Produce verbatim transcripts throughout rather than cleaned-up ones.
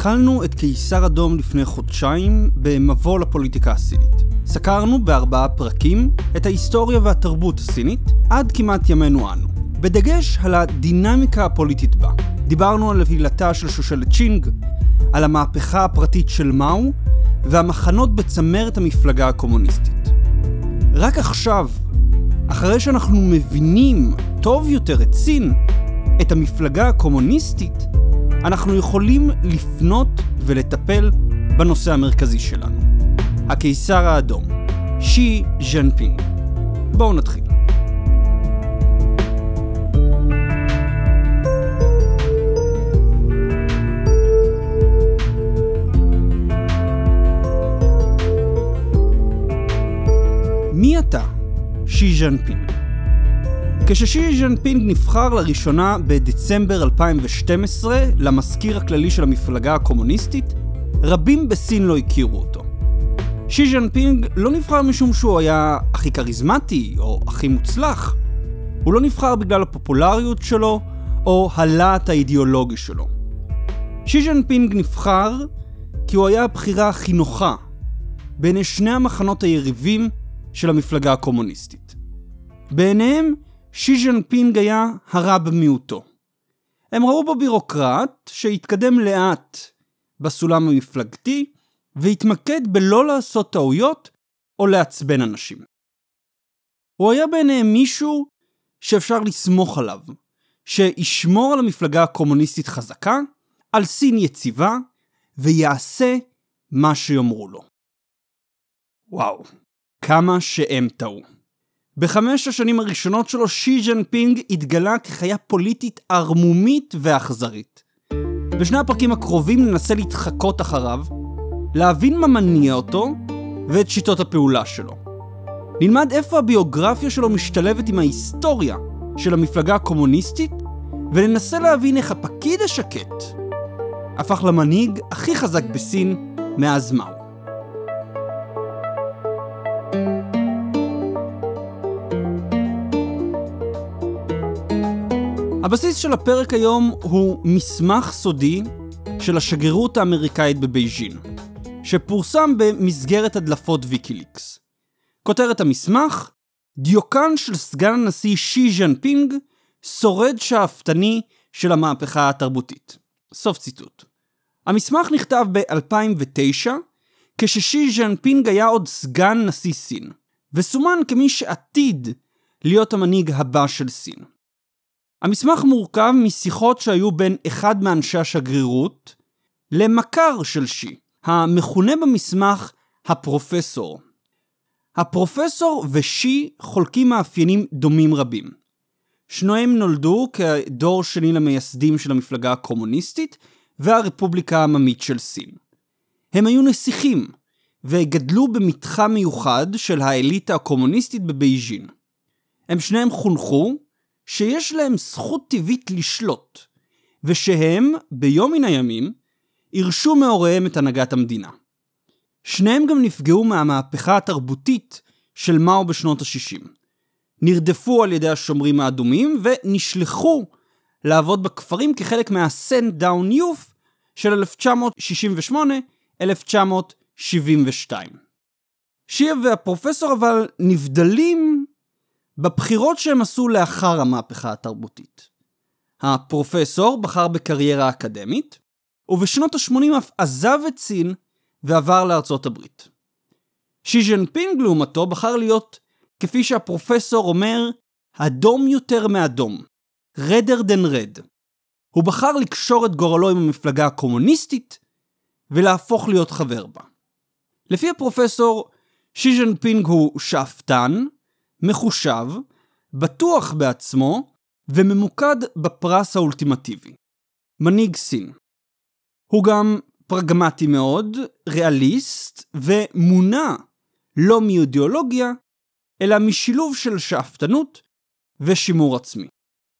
התחלנו את קיסר אדום לפני חודשיים במבוא לפוליטיקה הסינית. סקרנו בארבעה פרקים את ההיסטוריה והתרבות הסינית עד כמעט ימינו אנו, בדגש על הדינמיקה הפוליטית בה. דיברנו על הבילתה של שושלת צ'ינג, על המהפכה הפרטית של מאו והמחנות בצמרת המפלגה הקומוניסטית. רק עכשיו, אחרי שאנחנו מבינים טוב יותר את סין, את המפלגה הקומוניסטית, אנחנו יכולים לפנות ולטפל בנושא המרכזי שלנו. הקיסר האדום, שי ז'ינפינג. בואו נתחיל. מי אתה, שי ז'ינפינג? כששי ז'ינפינג נבחר לראשונה בדצמבר אלפיים ושתים עשרה למזכיר הכללי של המפלגה הקומוניסטית, רבים בסין לא הכירו אותו. שי ז'ינפינג לא נבחר משום שהוא היה הכי כריזמטי או הכי מוצלח. הוא לא נבחר בגלל הפופולריות שלו או הלהט האידיאולוגי שלו. שי ז'ינפינג נבחר כי הוא היה הבחירה הכי נוחה בין שני המחנות היריבים של המפלגה הקומוניסטית. בעיניהם, שי ז'ינפינג היה הרע במיעוטו. הם ראו בו בירוקרט שהתקדם לאט בסולם המפלגתי והתמקד בלא לעשות טעויות או לעצבן אנשים. הוא היה בעיניהם מישהו שאפשר לסמוך עליו, שישמור על המפלגה הקומוניסטית חזקה, על סין יציבה, ויעשה מה שיאמרו לו. וואו, כמה שהם טעו. בחמש השנים הראשונות שלו, שי ז'ינפינג התגלה כחיה פוליטית ערמומית ואכזרית. בשני הפרקים הקרובים ננסה להתחקות אחריו, להבין מה מניע אותו ואת שיטות הפעולה שלו. נלמד איפה הביוגרפיה שלו משתלבת עם ההיסטוריה של המפלגה הקומוניסטית, וננסה להבין איך הפקיד השקט הפך למנהיג הכי חזק בסין מאז מאו. הבסיס של הפרק היום הוא מסמך סודי של השגרירות האמריקאית בבייג'ין, שפורסם במסגרת הדלפות ויקיליקס. כותרת המסמך: דיוקן של סגן הנשיא שי ז'ינפינג, שורד שאפתני של המהפכה התרבותית. סוף ציטוט. המסמך נכתב ב-אלפיים ותשע, כששי ז'ינפינג היה עוד סגן נשיא סין, וסומן כמי שעתיד להיות המנהיג הבא של סין. המסמך מורכב משיחות שהיו בין אחד מאנשי השגרירות למכר של שי, המכונה במסמך הפרופסור. הפרופסור ושי חולקים מאפיינים דומים רבים. שניהם נולדו כדור שני למייסדים של המפלגה הקומוניסטית והרפובליקה העממית של סין. הם היו נסיכים וגדלו במתחם מיוחד של האליטה הקומוניסטית בבייג'ין. הם שניהם חונכו שיש להם זכות טבעית לשלוט, ושהם, ביום מן הימים, הרשו מהוריהם את הנהגת המדינה. שניהם גם נפגעו מהמהפכה התרבותית של מאו בשנות ה-שישים. נרדפו על ידי השומרים האדומים, ונשלחו לעבוד בכפרים כחלק מהסנד דאון יוף של אלף תשע מאות שישים ושמונה עד אלף תשע מאות שבעים ושתיים. שי והפרופסור אבל נבדלים בבחירות שהם עשו לאחר המהפכה התרבותית. הפרופסור בחר בקריירה אקדמית, ובשנות ה-שמונים אף עזב את סין ועבר לארצות הברית. שי ז'ינפינג לעומתו בחר להיות, כפי שהפרופסור אומר, אדום יותר מאדום, redder than red. הוא בחר לקשור את גורלו עם המפלגה הקומוניסטית, ולהפוך להיות חבר בה. לפי הפרופסור, שי ז'ינפינג הוא שאפתן, מחושב, בטוח בעצמו, וממוקד בפרס האולטימטיבי. מנהיג סין. הוא גם פרגמטי מאוד, ריאליסט, ומונע לא מאידיאולוגיה, אלא משילוב של שאפתנות ושימור עצמי.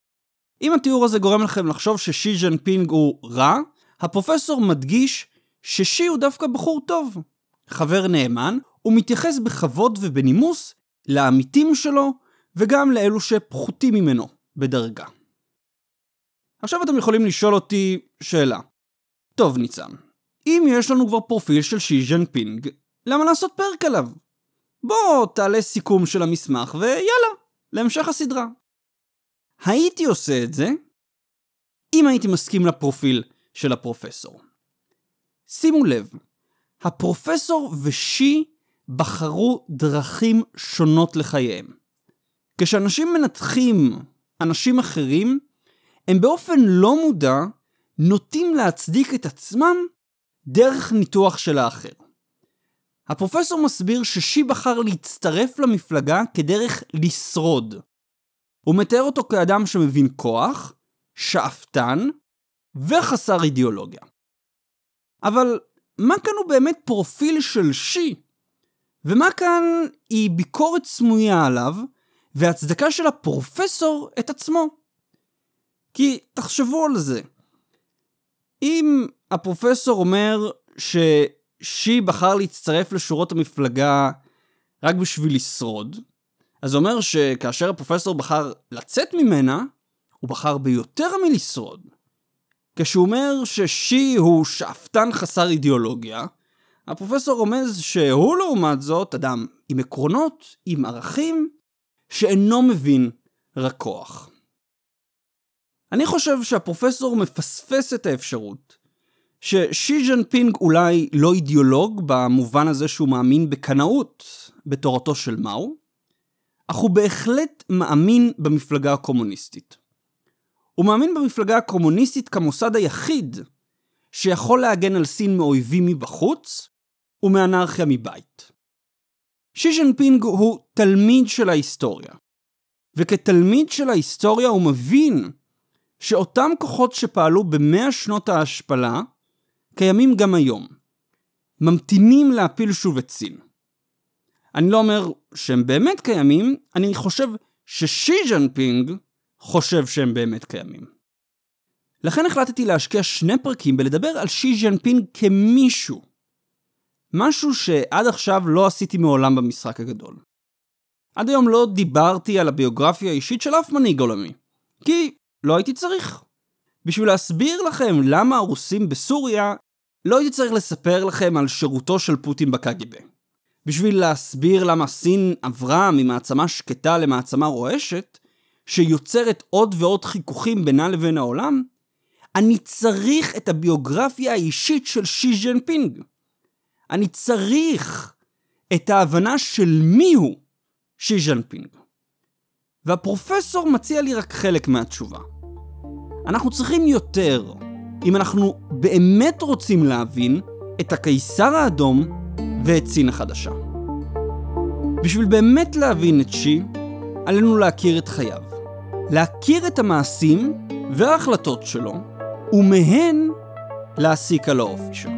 אם התיאור הזה גורם לכם לחשוב ששי ז'ינפינג הוא רע, הפרופסור מדגיש ששי הוא דווקא בחור טוב. חבר נאמן, הוא מתייחס בכבוד ובנימוס לעמיתים שלו, וגם לאלו שפחותים ממנו בדרגה. עכשיו אתם יכולים לשאול אותי שאלה. טוב ניצן, אם יש לנו כבר פרופיל של שי ג'ינפינג, למה לעשות פרק עליו? בוא תעלה סיכום של המסמך ויאללה, להמשך הסדרה. הייתי עושה את זה אם הייתי מסכים לפרופיל של הפרופסור. שימו לב, הפרופסור ושי בחרו דרכים שונות לחייהם. כשאנשים מנתחים אנשים אחרים, הם באופן לא מודע נוטים להצדיק את עצמם דרך ניתוח של האחר. הפרופסור מסביר ששי בחר להצטרף למפלגה כדרך לשרוד. הוא מתאר אותו כאדם שמבין כוח, שאפתן וחסר אידיאולוגיה. אבל מה כאן הוא באמת פרופיל של שי? ומה כאן היא ביקורת סמויה עליו והצדקה של הפרופסור את עצמו? כי תחשבו על זה. אם הפרופסור אומר ששי בחר להצטרף לשורות המפלגה רק בשביל לשרוד, אז זה אומר שכאשר הפרופסור בחר לצאת ממנה, הוא בחר ביותר מלשרוד. כשהוא אומר ששי הוא שאפתן חסר אידיאולוגיה, הפרופסור רומז שהוא לעומת זאת אדם עם עקרונות, עם ערכים, שאינו מבין רק כוח. אני חושב שהפרופסור מפספס את האפשרות ששי ג'ינפינג אולי לא אידיאולוג במובן הזה שהוא מאמין בקנאות בתורתו של מאו, אך הוא בהחלט מאמין במפלגה הקומוניסטית. הוא מאמין במפלגה הקומוניסטית כמוסד היחיד שיכול להגן על סין מאויבים מבחוץ ומאנרכיה מבית. שי ג'ינפינג הוא תלמיד של ההיסטוריה, וכתלמיד של ההיסטוריה הוא מבין שאותם כוחות שפעלו במאה שנות ההשפלה קיימים גם היום. ממתינים להפיל שוב את סין. אני לא אומר שהם באמת קיימים, אני חושב ששי ג'ינפינג חושב שהם באמת קיימים. לכן החלטתי להשקיע שני פרקים בלדבר על שי ג'ינפינג כמישהו. משהו שעד עכשיו לא עשיתי מעולם במשחק הגדול. עד היום לא דיברתי על הביוגרפיה האישית של אף מנהיג עולמי. כי לא הייתי צריך. בשביל להסביר לכם למה הרוסים בסוריה, לא הייתי צריך לספר לכם על שירותו של פוטין בקג"ב. בשביל להסביר למה סין עברה ממעצמה שקטה למעצמה רועשת, שיוצרת עוד ועוד חיכוכים בינה לבין העולם, אני צריך את הביוגרפיה האישית של שי ג'ינפינג. אני צריך את ההבנה של מי הוא שי ג'ינפינג. והפרופסור מציע לי רק חלק מהתשובה. אנחנו צריכים יותר, אם אנחנו באמת רוצים להבין את הקיסר האדום ואת סין החדשה. בשביל באמת להבין את שי, עלינו להכיר את חייו. להכיר את המעשים וההחלטות שלו, ומהן להסיק על האופי שלו.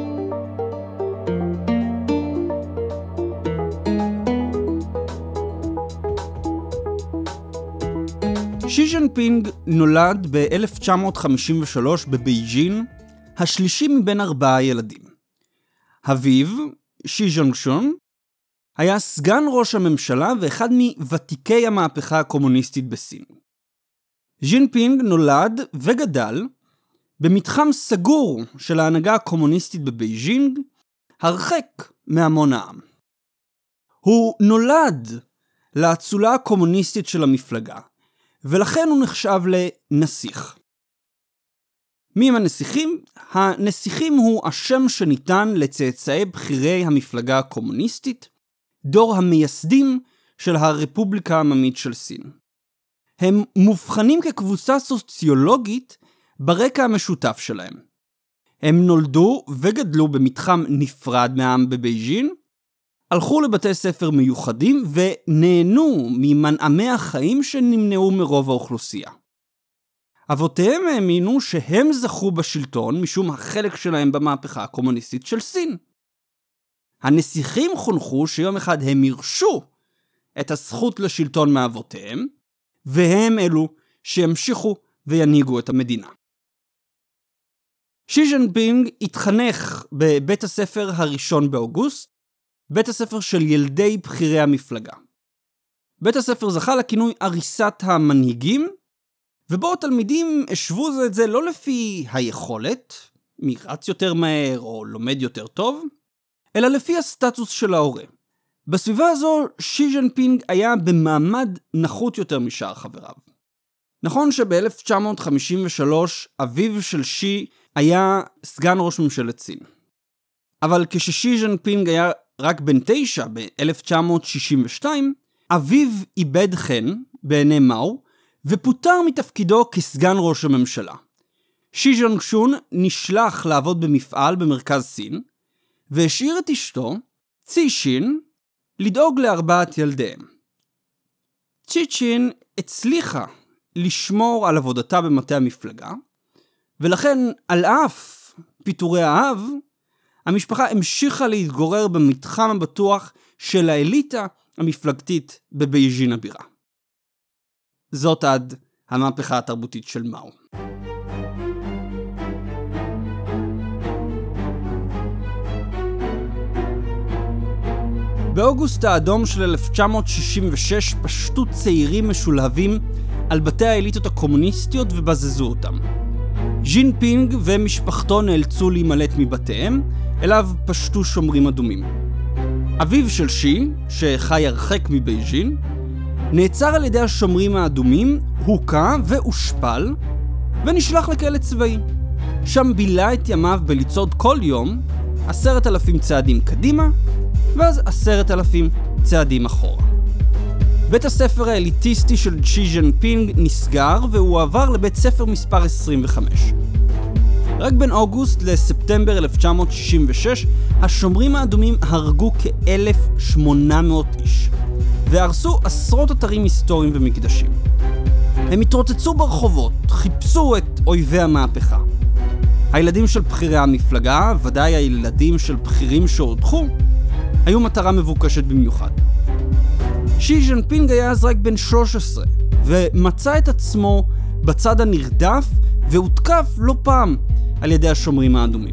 שי ג'ינפינג נולד ב-אלף תשע מאות חמישים ושלוש בבייג'ין, השלישי מבין ארבעה ילדים. אביו, שי ז'ונגשון, היה סגן ראש הממשלה ואחד מוותיקי המהפכה הקומוניסטית בסין. ז'ינפינג נולד וגדל במתחם סגור של ההנהגה הקומוניסטית בבייג'ינג, הרחק מהמון העם. הוא נולד לאצולה הקומוניסטית של המפלגה, ולכן הוא נחשב לנסיך. מי הם הנסיכים? הנסיכים הוא השם שניתן לצאצאי בחירי המפלגה הקומוניסטית, דור המייסדים של הרפובליקה העממית של סין. הם מובחנים כקבוצה סוציולוגית ברקע המשותף שלהם. הם נולדו וגדלו במתחם נפרד מהעם בבייג'ין, הלכו לבתי ספר מיוחדים ונהנו ממנעמי החיים שנמנעו מרוב האוכלוסייה. אבותיהם האמינו שהם זכו בשלטון משום החלק שלהם במהפכה הקומוניסטית של סין. הנסיכים חונכו שיום אחד הם ירשו את הזכות לשלטון מאבותיהם, והם אלו שימשיכו וינהיגו את המדינה. שי ג'ינפינג התחנך בבית הספר הראשון באוגוסט, בית הספר של ילדי בחירי המפלגה. בית הספר זכה לכינוי אריסת המנהיגים, ובו התלמידים השוו את זה לא לפי היכולת, מי רץ יותר מהר או לומד יותר טוב, אלא לפי הסטטוס של ההורה. בסביבה הזו שי ג'ינפינג היה במעמד נחות יותר משאר חבריו. נכון שב-אלף תשע מאות חמישים ושלוש אביו של שי היה סגן ראש ממשלת סין. אבל כששי ג'ינפינג היה רק בן תשע ב-אלף תשע מאות שישים ושתיים, אביו איבד חן בעיני מאו ופוטר מתפקידו כסגן ראש הממשלה. שי ז'ונגשון נשלח לעבוד במפעל במרכז סין, והשאיר את אשתו, צי שין, לדאוג לארבעת ילדיהם. צי שין הצליחה לשמור על עבודתה במטה המפלגה, ולכן על אף פיטורי האב, המשפחה המשיכה להתגורר במתחם הבטוח של האליטה המפלגתית בבייג'ין הבירה. זאת עד המהפכה התרבותית של מאו. באוגוסט האדום של אלף תשע מאות שישים ושש פשטו צעירים משולהבים על בתי האליטות הקומוניסטיות ובזזו אותם. ז'ינפינג ומשפחתו נאלצו להימלט מבתיהם, אליו פשטו שומרים אדומים. אביו של שי, שחי הרחק מבייג'ין, נעצר על ידי השומרים האדומים, הוקע והושפל, ונשלח לכלא צבאי. שם בילה את ימיו בלצעוד כל יום עשרת אלפים צעדים קדימה, ואז עשרת אלפים צעדים אחורה. בית הספר האליטיסטי של שי ג'ינפינג נסגר, והוא עבר לבית ספר מספר עשרים וחמש. רק בין אוגוסט לספטמבר אלף תשע מאות שישים ושש, השומרים האדומים הרגו כ-אלף ושמונה מאות איש, והרסו עשרות אתרים היסטוריים ומקדשים. הם התרוצצו ברחובות, חיפשו את אויבי המהפכה. הילדים של בכירי המפלגה, ודאי הילדים של בכירים שהודחו, היו מטרה מבוקשת במיוחד. שי ג'ינפינג היה אז רק בן שלוש עשרה, ומצא את עצמו בצד הנרדף, והותקף לא פעם על ידי השומרים האדומים.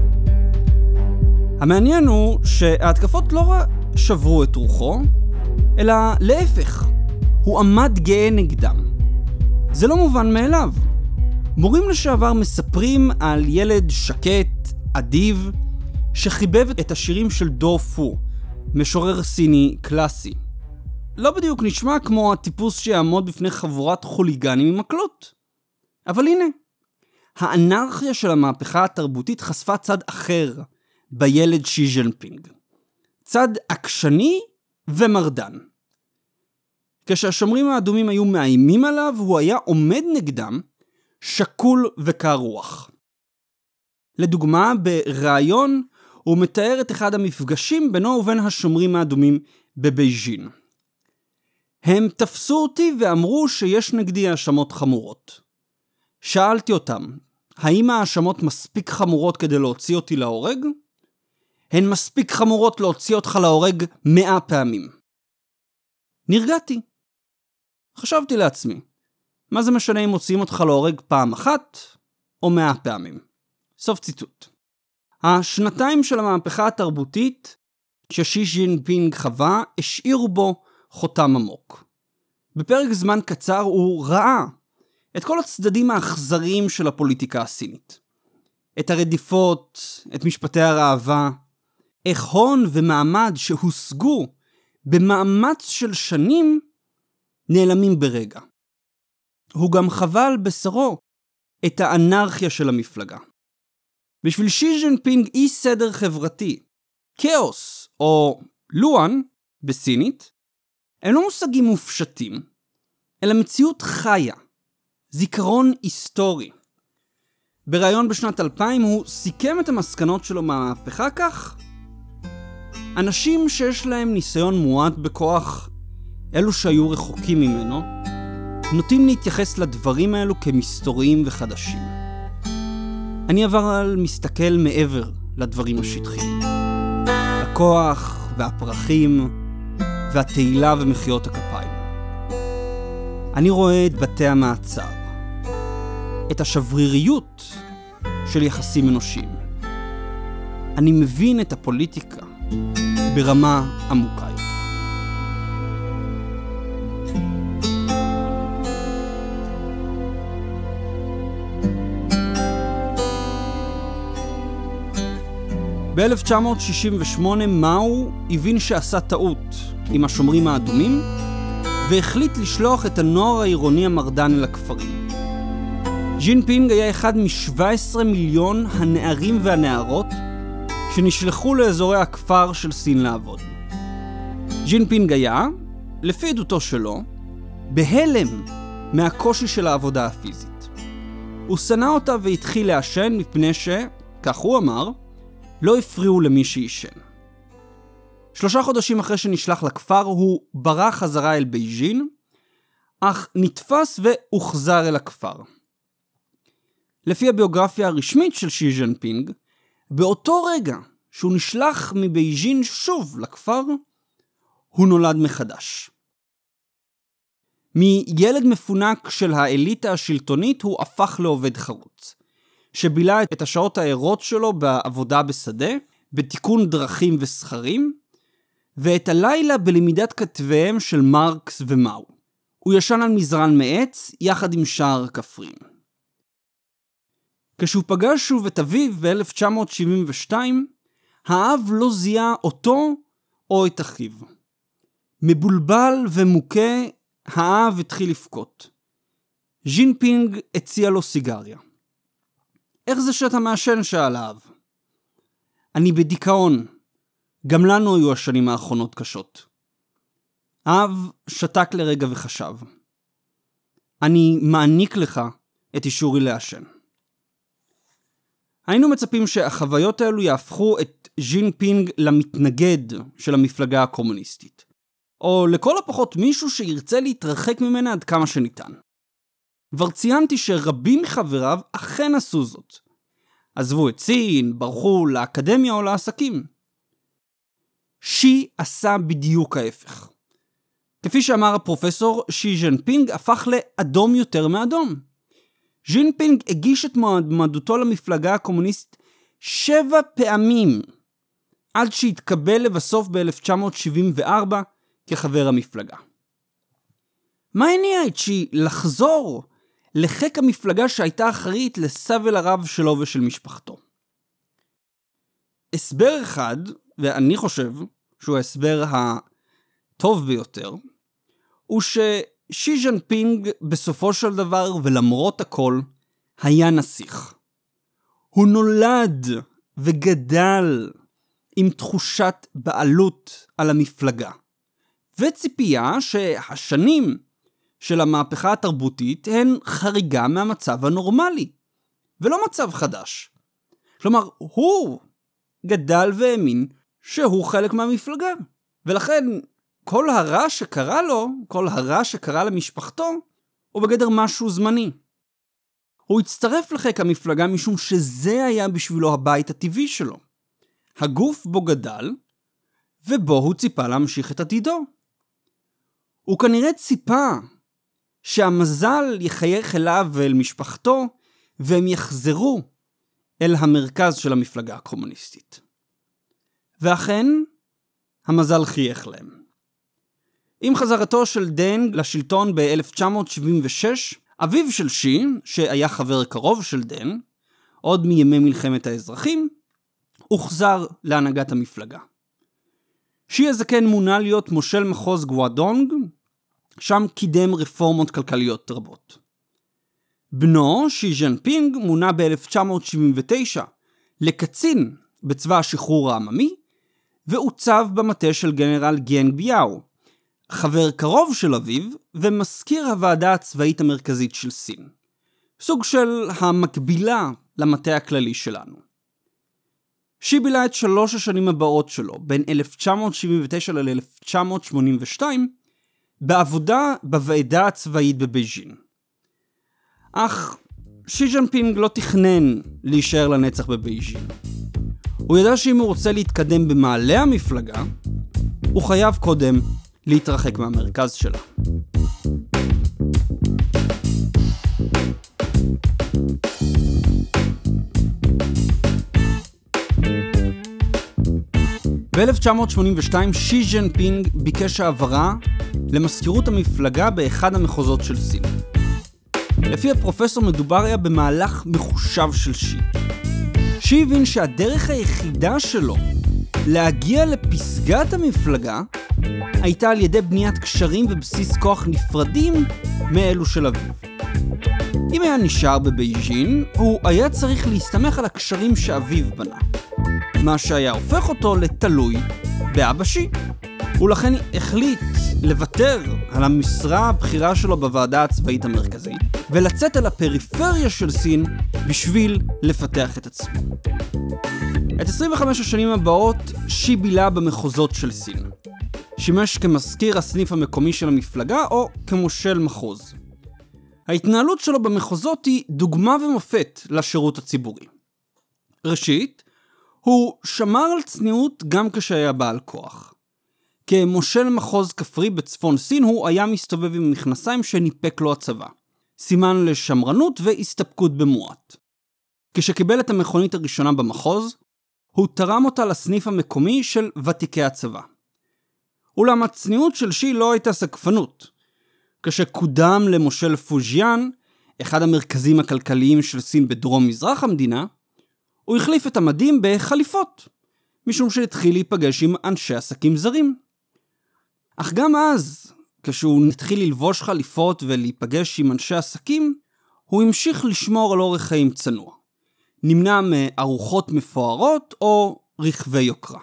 המעניין הוא שההתקפות לא רק שברו את רוחו, אלא להפך, הוא עמד גאה נגדם. זה לא מובן מאליו. מורים לשעבר מספרים על ילד שקט, אדיב, שחיבב את השירים של דו פו, משורר סיני קלאסי. לא בדיוק נשמע כמו הטיפוס שיעמוד בפני חבורת חוליגנים עם מקלות. אבל הנה, האנרכיה של המהפכה התרבותית חשפה צד אחר בילד שי ג'ינפינג. צד עקשני ומרדן. כשהשומרים האדומים היו מאיימים עליו, הוא היה עומד נגדם, שקול וקר רוח. לדוגמה, בראיון הוא מתאר את אחד המפגשים בינו ובין השומרים האדומים בבייג'ין. הם תפסו אותי ואמרו שיש נגדי האשמות חמורות. שאלתי אותם, האם האשמות מספיק חמורות כדי להוציא אותי להורג? הן מספיק חמורות להוציא אותך להורג מאה פעמים. נרגעתי. חשבתי לעצמי, מה זה משנה אם מוציאים אותך להורג פעם אחת או מאה פעמים? סוף ציטוט. השנתיים של המהפכה התרבותית ששי ג'ינפינג חווה השאירו בו חותם עמוק. בפרק זמן קצר הוא ראה את כל הצדדים האכזריים של הפוליטיקה הסינית. את הרדיפות, את משפטי הראווה, איך הון ומעמד שהושגו במאמץ של שנים נעלמים ברגע. הוא גם חווה על בשרו את האנרכיה של המפלגה. בשביל שי ג'ינפינג אי סדר חברתי, כאוס או לואן בסינית, הם לא מושגים מופשטים, אלא מציאות חיה, זיכרון היסטורי. בראיון בשנת אלפיים הוא סיכם את המסקנות שלו מהמהפכה כך: אנשים שיש להם ניסיון מועט בכוח, אלו שהיו רחוקים ממנו, נוטים להתייחס לדברים האלו כמסתוריים וחדשים. אני אבל מסתכל מעבר לדברים השטחיים. הכוח והפרחים והתהילה ומחיות הכפיים. אני רואה את בתי המעצר, את השבריריות של יחסים אנושיים. אני מבין את הפוליטיקה ברמה עמוקה יותר. ב-אלף תשע מאות שישים ושמונה מאו הבין שעשה טעות עם השומרים האדומים, והחליט לשלוח את הנוער העירוני המרדן אל הכפרים. ז'ינפינג היה אחד מ-שבעה עשר מיליון הנערים והנערות שנשלחו לאזורי הכפר של סין לעבוד. ז'ינפינג היה, לפי עדותו שלו, בהלם מהקושי של העבודה הפיזית. הוא שנא אותה והתחיל לעשן מפני ש, כך הוא אמר, לא הפריעו למי שישן. שלושה חודשים אחרי שנשלח לכפר הוא ברח חזרה אל בייג'ין, אך נתפס והוחזר אל הכפר. לפי הביוגרפיה הרשמית של שי ז'ינפינג, באותו רגע שהוא נשלח מבייג'ין שוב לכפר, הוא נולד מחדש. מילד מפונק של האליטה השלטונית הוא הפך לעובד חרוץ, שבילה את השעות הערות שלו בעבודה בשדה, בתיקון דרכים וסחרים, ואת הלילה בלמידת כתביהם של מרקס ומאו. הוא ישן על מזרן מעץ יחד עם שאר הכפרים. כשהוא פגש שוב את אביו ב-אלף תשע מאות שבעים ושתיים, האב לא זיהה אותו או את אחיו. מבולבל ומוכה, האב התחיל לבכות. ז'ינפינג הציע לו סיגריה. איך זה שאתה מעשן? שאל האב. אני בדיכאון. גם לנו היו השנים האחרונות קשות. האב שתק לרגע וחשב. אני מעניק לך את אישורי לעשן. היינו מצפים שהחוויות האלו יהפכו את ז'ינפינג למתנגד של המפלגה הקומוניסטית. או לכל הפחות מישהו שירצה להתרחק ממנה עד כמה שניתן. כבר ציינתי שרבים מחבריו אכן עשו זאת. עזבו את סין, ברחו לאקדמיה או לעסקים. שי עשה בדיוק ההפך. כפי שאמר הפרופסור, שי ז'ינפינג הפך לאדום יותר מאדום. ז'ינפינג הגיש את מועמדותו למפלגה הקומוניסטית שבע פעמים, עד שהתקבל לבסוף ב-אלף תשע מאות שבעים וארבע כחבר המפלגה. מה הניע את שי לחזור לחק המפלגה שהייתה אחראית לסבל הרב שלו ושל משפחתו? הסבר אחד, ואני חושב שהוא ההסבר הטוב ביותר, הוא ששי ז'ינפינג בסופו של דבר ולמרות הכל היה נסיך. הוא נולד וגדל עם תחושת בעלות על המפלגה, וציפייה שהשנים של המהפכה התרבותית הן חריגה מהמצב הנורמלי, ולא מצב חדש. כלומר, הוא גדל והאמין שהוא חלק מהמפלגה, ולכן כל הרע שקרה לו, כל הרע שקרה למשפחתו, הוא בגדר משהו זמני. הוא הצטרף לחק המפלגה משום שזה היה בשבילו הבית הטבעי שלו. הגוף בו גדל, ובו הוא ציפה להמשיך את עתידו. הוא כנראה ציפה שהמזל יחייך אליו ואל משפחתו, והם יחזרו אל המרכז של המפלגה הקומוניסטית. ואכן, המזל חייך להם. עם חזרתו של דנג לשלטון ב-אלף תשע מאות שבעים ושש, אביו של שי, שהיה חבר קרוב של דנג, עוד מימי מלחמת האזרחים, הוחזר להנהגת המפלגה. שי הזקן מונה להיות מושל מחוז גואדונג, שם קידם רפורמות כלכליות רבות. בנו, שי ז'ינפינג, מונה ב-אלף תשע מאות שבעים ותשע לקצין בצבא השחרור העממי, ועוצב במטה של גנרל גיאנג ביאו, חבר קרוב של אביו ומזכיר הוועדה הצבאית המרכזית של סין. סוג של המקבילה למטה הכללי שלנו. שי בילה את שלוש השנים הבאות שלו, בין אלף תשע מאות שבעים ותשע ל-אלף תשע מאות שמונים ושתיים, בעבודה בוועדה הצבאית בבייג'ין. אך שי ז'ינפינג לא תכנן להישאר לנצח בבייג'ין. הוא ידע שאם הוא רוצה להתקדם במעלה המפלגה, הוא חייב קודם להתרחק מהמרכז שלה. ב-אלף תשע מאות שמונים ושתיים שי ז'ינפינג ביקש העברה למזכירות המפלגה באחד המחוזות של סין. לפי הפרופסור מדובר היה במהלך מחושב של שי. שי הבין שהדרך היחידה שלו להגיע לפסגת המפלגה הייתה על ידי בניית קשרים ובסיס כוח נפרדים מאלו של אביו. אם היה נשאר בבייג'ין, הוא היה צריך להסתמך על הקשרים שאביו בנה, מה שהיה הופך אותו לתלוי באבא שי. ולכן החליט לוותר על המשרה הבכירה שלו בוועדה הצבאית המרכזית ולצאת אל הפריפריה של סין בשביל לפתח את עצמו. את עשרים וחמש השנים הבאות שי בילה במחוזות של סין. שימש כמזכיר הסניף המקומי של המפלגה או כמושל מחוז. ההתנהלות שלו במחוזות היא דוגמה ומופת לשירות הציבורי. ראשית, הוא שמר על צניעות גם כשהיה בעל כוח. כמושל מחוז כפרי בצפון סין הוא היה מסתובב עם מכנסיים שניפק לו הצבא. סימן לשמרנות והסתפקות במועט. כשקיבל את המכונית הראשונה במחוז, הוא תרם אותה לסניף המקומי של ותיקי הצבא. אולם הצניעות של שי לא הייתה סקפנות. כשקודם למושל פוז'יאן, אחד המרכזים הכלכליים של סין בדרום מזרח המדינה, הוא החליף את המדים בחליפות, משום שהתחיל להיפגש עם אנשי עסקים זרים. אך גם אז, כשהוא התחיל ללבוש חליפות ולהיפגש עם אנשי עסקים, הוא המשיך לשמור על אורח חיים צנוע. נמנע מארוחות מפוארות או רכבי יוקרה.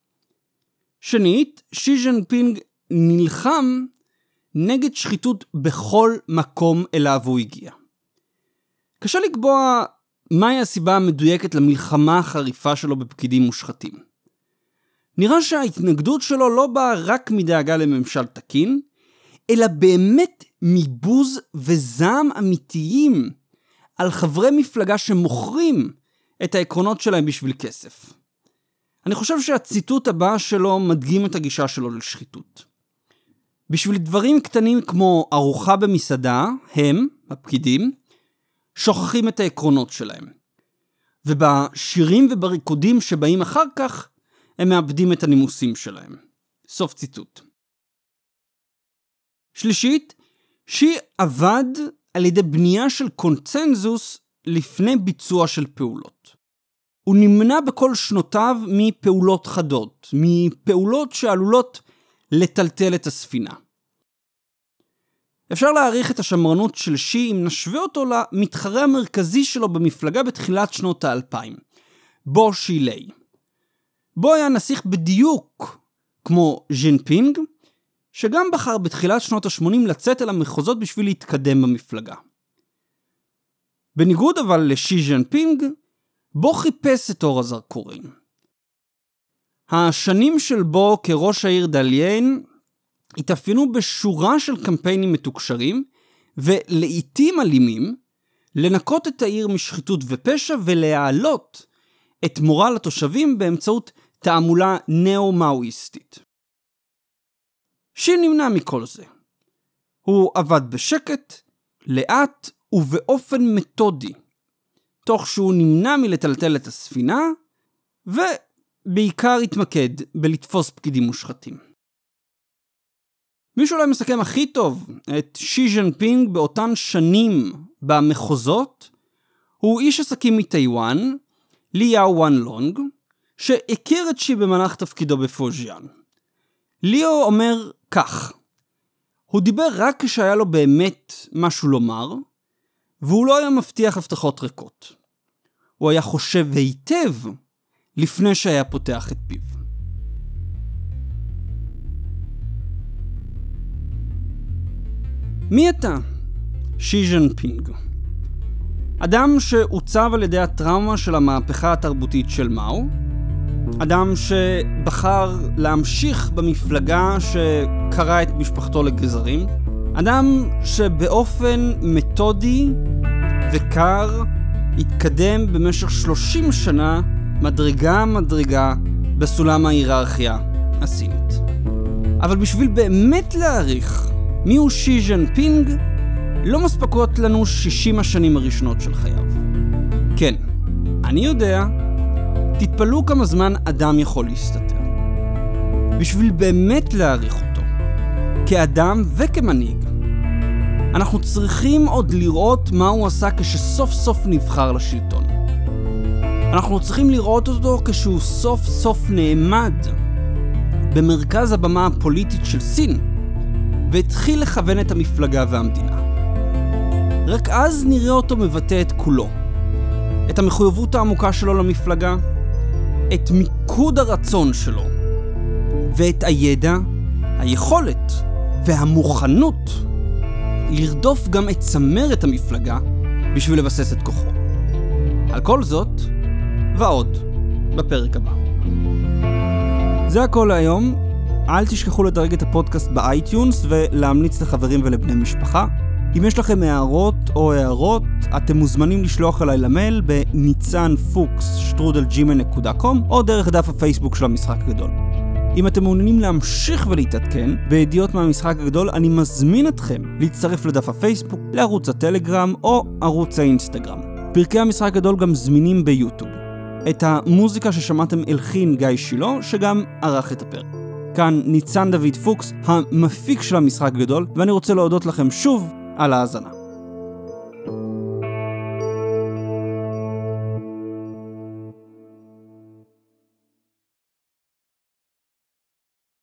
שנית, שי ז'ינפינג נלחם נגד שחיתות בכל מקום אליו הוא הגיע. קשה לקבוע מהי הסיבה המדויקת למלחמה החריפה שלו בפקידים מושחתים. נראה שההתנגדות שלו לא באה רק מדאגה לממשל תקין, אלא באמת מבוז וזעם אמיתיים על חברי מפלגה שמוכרים את העקרונות שלהם בשביל כסף. אני חושב שהציטוט הבא שלו מדגים את הגישה שלו לשחיתות. בשביל דברים קטנים כמו ארוחה במסעדה, הם, הפקידים, שוכחים את העקרונות שלהם. ובשירים ובריקודים שבאים אחר כך, הם מאבדים את הנימוסים שלהם. סוף ציטוט. שלישית, שי עבד על ידי בנייה של קונצנזוס לפני ביצוע של פעולות. הוא נמנע בכל שנותיו מפעולות חדות, מפעולות שעלולות לטלטל את הספינה. אפשר להעריך את השמרנות של שי אם נשווה אותו למתחרה המרכזי שלו במפלגה בתחילת שנות האלפיים, בו שילי. בו היה נסיך בדיוק כמו ז'ינפינג, שגם בחר בתחילת שנות ה-שמונים לצאת אל המחוזות בשביל להתקדם במפלגה. בניגוד אבל לשי ז'ינפינג, בו חיפש את אור הזרקורים. השנים של בו כראש העיר דליין התאפיינו בשורה של קמפיינים מתוקשרים ולעיתים אלימים לנקות את העיר משחיתות ופשע ולהעלות את מורל התושבים באמצעות תעמולה נאו-מאואיסטית. שי נמנע מכל זה. הוא עבד בשקט, לאט ובאופן מתודי, תוך שהוא נמנע מלטלטל את הספינה, ובעיקר התמקד בלתפוס פקידים מושחתים. מי שאולי מסכם הכי טוב את שי ז'ינפינג באותן שנים במחוזות, הוא איש עסקים מטייוואן, ליאו וואן לונג, שהכיר את שי במהלך תפקידו בפוז'יאן. ליאו אומר כך, הוא דיבר רק כשהיה לו באמת משהו לומר, והוא לא היה מבטיח הבטחות ריקות. הוא היה חושב היטב לפני שהיה פותח את פיו. מי אתה? שי ז'ינפינג. אדם שעוצב על ידי הטראומה של המהפכה התרבותית של מאו, אדם שבחר להמשיך במפלגה שקרא את משפחתו לגזרים, אדם שבאופן מתודי וקר התקדם במשך שלושים שנה מדרגה מדרגה בסולם ההיררכיה הסינית. אבל בשביל באמת להעריך מיהו שי ז'ינפינג, לא מספקות לנו שישים השנים הראשונות של חייו. כן, אני יודע, תתפלאו כמה זמן אדם יכול להסתתר. בשביל באמת להעריך אותו, כאדם וכמנהיג, אנחנו צריכים עוד לראות מה הוא עשה כשסוף סוף נבחר לשלטון. אנחנו צריכים לראות אותו כשהוא סוף סוף נעמד במרכז הבמה הפוליטית של סין, והתחיל לכוון את המפלגה והמדינה. רק אז נראה אותו מבטא את כולו. את המחויבות העמוקה שלו למפלגה, את מיקוד הרצון שלו, ואת הידע, היכולת והמוכנות לרדוף גם את צמרת המפלגה בשביל לבסס את כוחו. על כל זאת, ועוד, בפרק הבא. זה הכל להיום. אל תשכחו לדרג את הפודקאסט באייטיונס ולהמליץ לחברים ולבני משפחה. אם יש לכם הערות או הערות, אתם מוזמנים לשלוח אליי למייל בניצן פוקס שטרודל ג'ימייל נקודה קום או דרך דף הפייסבוק של המשחק הגדול. אם אתם מעוניינים להמשיך ולהתעדכן בידיעות מהמשחק הגדול, אני מזמין אתכם להצטרף לדף הפייסבוק, לערוץ הטלגרם או ערוץ האינסטגרם. פרקי המשחק הגדול גם זמינים ביוטיוב. את המוזיקה ששמעתם הלחין גיא שילה, שגם ערך את הפרק. כאן ניצן דוד פוקס, המפיק של המשחק הגדול, ואני רוצה להודות לכם שוב על ההאזנה.